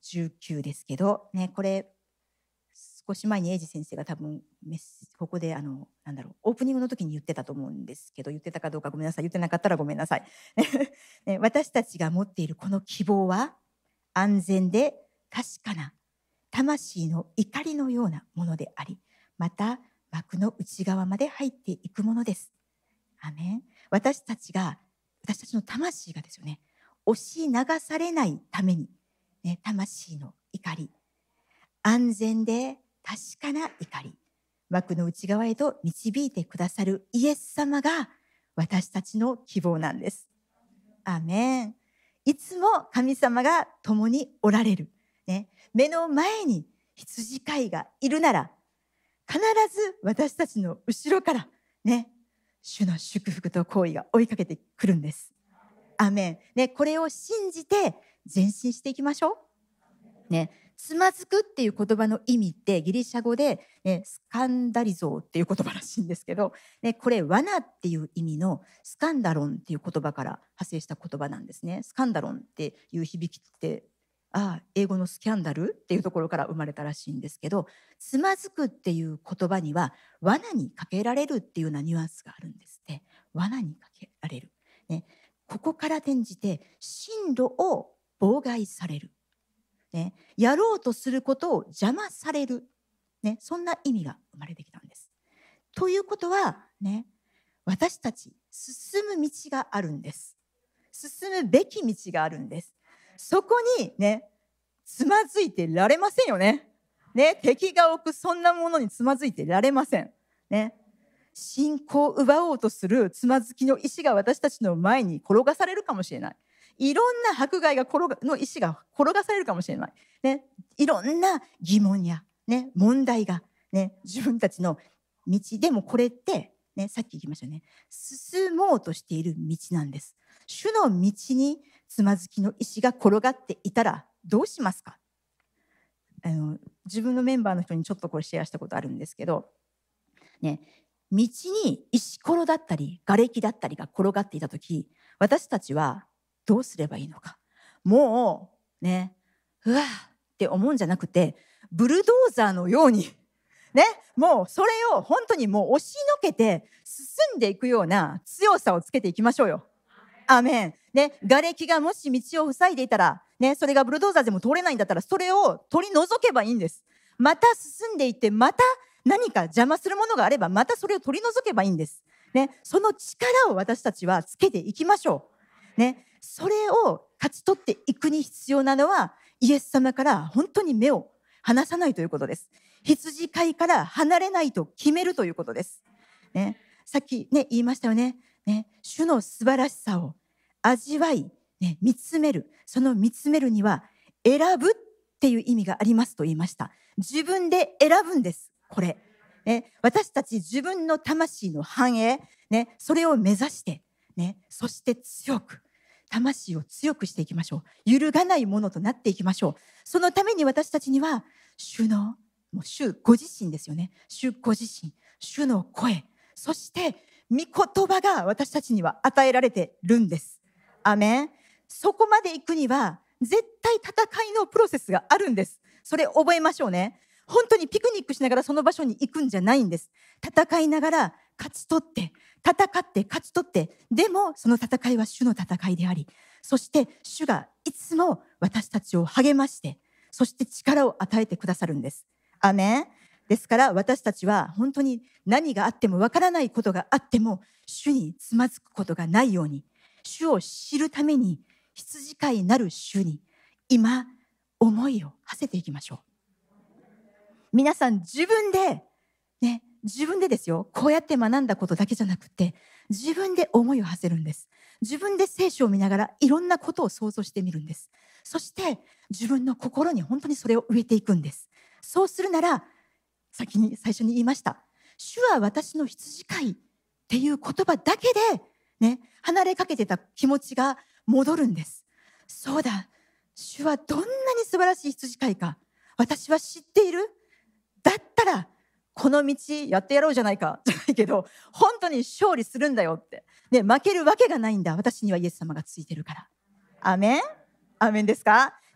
じゅうきゅうですけど、ね、これ少し前に英二先生が多分メッセここであのなんだろうオープニングの時に言ってたと思うんですけど、言ってたかどうかごめんなさい。言ってなかったらごめんなさい。ね、私たちが持っているこの希望は安全で確かな魂の怒りのようなものであり、また幕の内側まで入っていくものです。アメン。私たちが私たちの魂がですよね、押し流されないために、ね、魂の怒り、安全で確かな怒り、幕の内側へと導いてくださるイエス様が私たちの希望なんです。アメン。いつも神様が共におられる、ね、目の前に羊飼いがいるなら、必ず私たちの後ろからね、主の祝福と行為が追いかけてくるんです。アメン、ね、これを信じて前進していきましょう、ね、つまずくっていう言葉の意味ってギリシャ語で、ね、スカンダリゾーっていう言葉らしいんですけど、ね、これ罠っていう意味のスカンダロンっていう言葉から派生した言葉なんですね。スカンダロンっていう響きってああ英語のスキャンダルっていうところから生まれたらしいんですけど、つまずくっていう言葉には罠にかけられるっていうようなニュアンスがあるんですって。罠にかけられる、ね、ここから転じて進路を妨害される、ね、やろうとすることを邪魔される、ね、そんな意味が生まれてきたんです。ということは、ね、私たち進む道があるんです。進むべき道があるんです。そこにね、つまずいてられませんよね。ね、敵が置くそんなものにつまずいてられません。ね、信仰を奪おうとするつまずきの石が私たちの前に転がされるかもしれない。いろんな迫害が転がの石が転がされるかもしれない。ね、いろんな疑問や、ね、問題が、ね、自分たちの道でもこれって、ね、さっき言いましたね、進もうとしている道なんです。主の道につまずきの石が転がっていたらどうしますか？あの自分のメンバーの人にちょっとこれシェアしたことあるんですけど、ね、道に石ころだったり瓦礫だったりが転がっていた時、私たちはどうすればいいのか。もうね、うわーって思うんじゃなくて、ブルドーザーのようにね、もうそれを本当にもう押しのけて進んでいくような強さをつけていきましょうよ。アメン。ね、瓦礫がもし道を塞いでいたら、ね、それがブルドーザーでも通れないんだったら、それを取り除けばいいんです。また進んでいって、また何か邪魔するものがあれば、またそれを取り除けばいいんです。ね、その力を私たちはつけていきましょう。ね、それを勝ち取っていくに必要なのは、イエス様から本当に目を離さないということです。羊飼いから離れないと決めるということです。ね、さっきね、言いましたよね。ね、主の素晴らしさを味わい、ね、見つめる。その見つめるには選ぶっていう意味がありますと言いました。自分で選ぶんです。これ、ね、私たち自分の魂の繁栄、ね、それを目指して、ね、そして強く魂を強くしていきましょう。揺るがないものとなっていきましょう。そのために私たちには主のもう主ご自身ですよね。主ご自身、主の声、そして御言葉が私たちには与えられてるんです。アメン。そこまで行くには絶対戦いのプロセスがあるんです。それ覚えましょうね。本当にピクニックしながらその場所に行くんじゃないんです。戦いながら勝ち取って、戦って勝ち取って、でもその戦いは主の戦いであり、そして主がいつも私たちを励まして、そして力を与えてくださるんです。アメン。ですから私たちは本当に何があってもわからないことがあっても主につまずくことがないように、主を知るために羊飼いなる主に今思いを馳せていきましょう。皆さん自分でね、自分でですよ、こうやって学んだことだけじゃなくて自分で思いを馳せるんです。自分で聖書を見ながらいろんなことを想像してみるんです。そして自分の心に本当にそれを植えていくんです。そうするなら先に最初に言いました、主は私の羊飼いっていう言葉だけで、ね、離れかけてた気持ちが戻るんです。そうだ、主はどんなに素晴らしい羊飼いか私は知っている。だったらこの道やってやろうじゃないかじゃないけど、本当に勝利するんだよって、ね、負けるわけがないんだ、私にはイエス様がついてるから。アメン。アメンですか。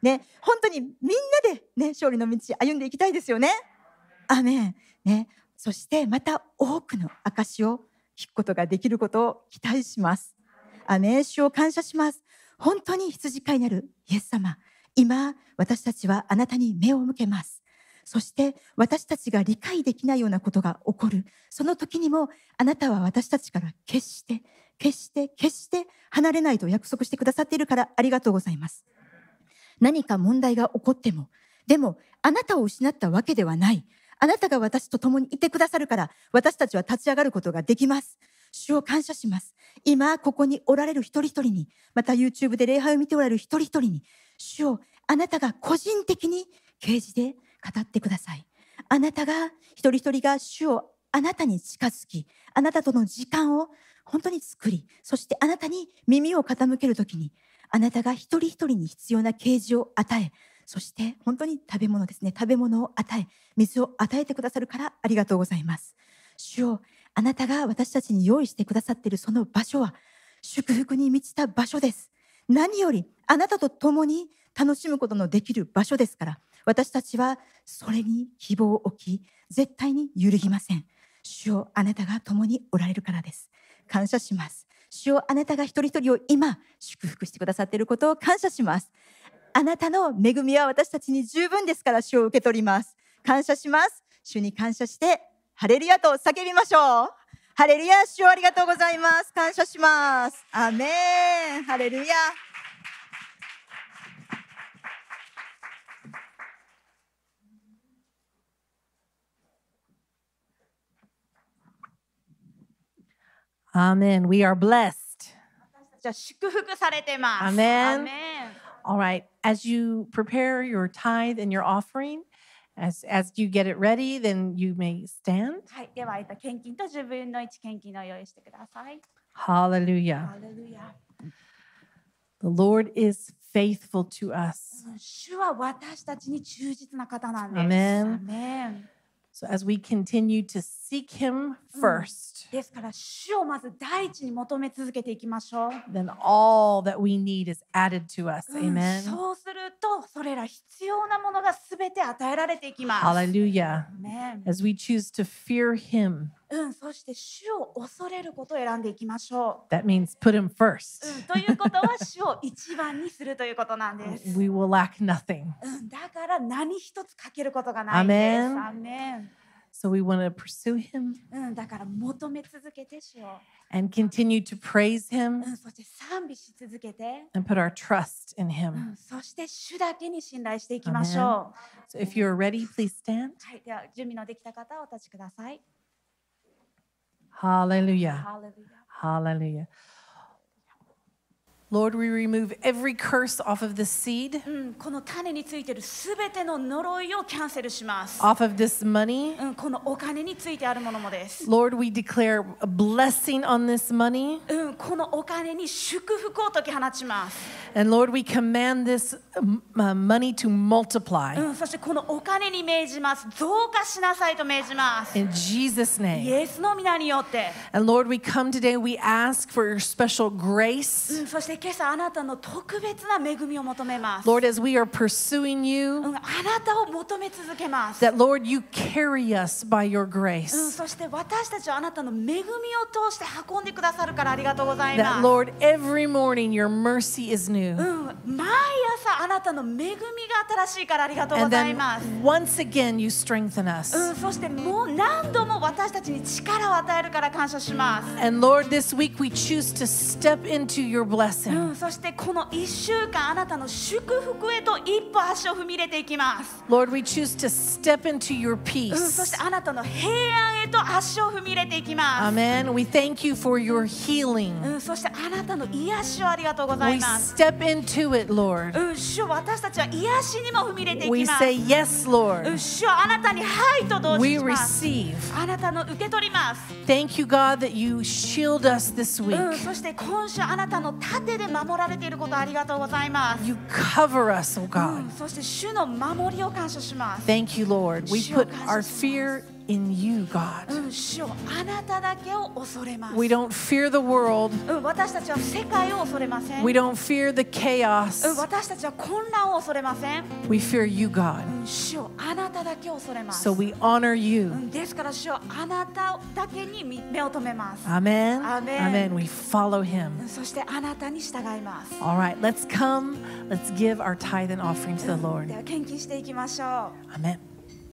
ね、本当にみんなで、ね、勝利の道歩んでいきたいですよね。アーメン、ね、そしてまた多くの証を聞くことができることを期待します。アーメン、主を感謝します。本当に羊飼いなるイエス様、今私たちはあなたに目を向けます。そして私たちが理解できないようなことが起こるその時にも、あなたは私たちから決して決して決して離れないと約束してくださっているからありがとうございます。何か問題が起こっても、でもあなたを失ったわけではない。あなたが私と共にいてくださるから、私たちは立ち上がることができます。主を感謝します。今ここにおられる一人一人に、また YouTube で礼拝を見ておられる一人一人に、主をあなたが個人的に啓示で語ってください。あなたが一人一人が主をあなたに近づき、あなたとの時間を本当に作り、そしてあなたに耳を傾けるときに、あなたが一人一人に必要な啓示を与え、そして本当に食べ物ですね、食べ物を与え、水を与えてくださるからありがとうございます。主よ、あなたが私たちに用意してくださっているその場所は祝福に満ちた場所です。何よりあなたと共に楽しむことのできる場所ですから、私たちはそれに希望を置き、絶対に揺るぎません。主よ、あなたが共におられるからです。感謝します。主よ、あなたが一人一人を今祝福してくださっていることを感謝します。あなたの恵みは私たちに十分ですから、主を受け取ります。感謝します。主に感謝してハレルヤと叫びましょう。ハレルヤ、主をありがとうございます。感謝します。アーメン。ハレルヤ。 Amen. We are blessed. じゃあ祝福されてます。 Amen. アーメン。 All right. As you prepare your tithe and your offering, as as you get it ready, then you may stand. はい、では、えっと献金とじゅうぶんのいち献金を用意してください。 Hallelujah. ハレルヤ。 The Lord is faithful to us. 主は私たちに忠実な方なんです。 Amen. アーメン。 So as we continue to seek Him first, ですから主をまず第一に求め続けていきましょう。 then all that we need is added to us. うん Amen. そうするとそれら必要なものがすべて与えられていきます。 Hallelujah. アーメン。 As we choose to fear Him, うん、そして主を恐れることを選んでいきましょ that means put Him う。 first. うん、ということは主を一番にするということなんです。 We will lack nothing. うん、だから何一つ欠けることがないんです。 アーメン。 アーメン。 So we want to pursue Him うん、だから求め続けて主を、 and continue to praise う Him ん、そして賛美し続けて、 and put our trust in う Him. ん、そして主だけに信頼していきましょ So if you're ready, please stand. う。はい、では準備のできた方はお立ちください。 Hallelujah. ハレルヤ。 Hallelujah. Lord, we remove every curse off of this seed, うん、この種についているすべての呪いをキャンセルします。 off of this money. うん、このお金についてあるものもです。 Lord, we declare a blessing on this money. うん、このお金に祝福を解き放ちます。 And Lord, we command this um, uh, money to multiply. うん、そしてこのお金に命じます。増加しなさいと命じます。 In Jesus' イ name. エスの皆によって。 And Lord, we come today, we ask for your special grace. うん、そして今朝あなたの特別な恵みを求めます。 Lord, as we are pursuing う you, ん、あなたを求め続けます。 that Lord, you carry us by your うん、 grace. そして私たちはあなたの恵みを通して運んでくださるからありがとうござい That ます。 Lord, every morning your mercy is new. うん、毎朝あなたの恵みが新しいからありがとうご And ざい then ます。 once again you strengthen us. うん、そしてもう何度も私たちに力を与えるから感謝します。 And Lord, this week we choose to step into your う blessing. ん、そしてこのいっしゅうかんあなたの祝福へと一歩足を踏み入れていきます。 Lord, we choose to step into your うん、そし peace. てあなたの平安へと足を踏み入れていきます。 Amen. We thank you for your healing. うん、そしてあなたの癒しをありがとうござ We います。 step into it, Lord. うん、主よ、私たちは癒しにも踏み入れてい We きます。 say yes, うん、 Lord. 主よ、あなたにはいと同時 We にします。 receive. あなたの受け取ります。 Thank you, God, that you shield us this うん、 week. そして今週あなたの盾で守られていることありがとうございます。 You cover us, oh う God. ん、そして主の守りを感謝します。 Thank you, Lord. We put our fear in you, God. うん、主よあなただけを恐れます。 We don't fear the world. うん、私たちは世界を恐れません。 We don't fear the うん、 chaos. 私たちは混乱を恐れません。 We fear you, God. うん、主よあなただけを恐れます。 So we honor う you. ん、ですから主よあなただけに目を留めます。 Amen. Amen. Amen. We follow う him. ん、そしてあなたに従います。 All right, let's come. Let's give our tithe and offering to the で Lord. は献金していきましょう。 Amen.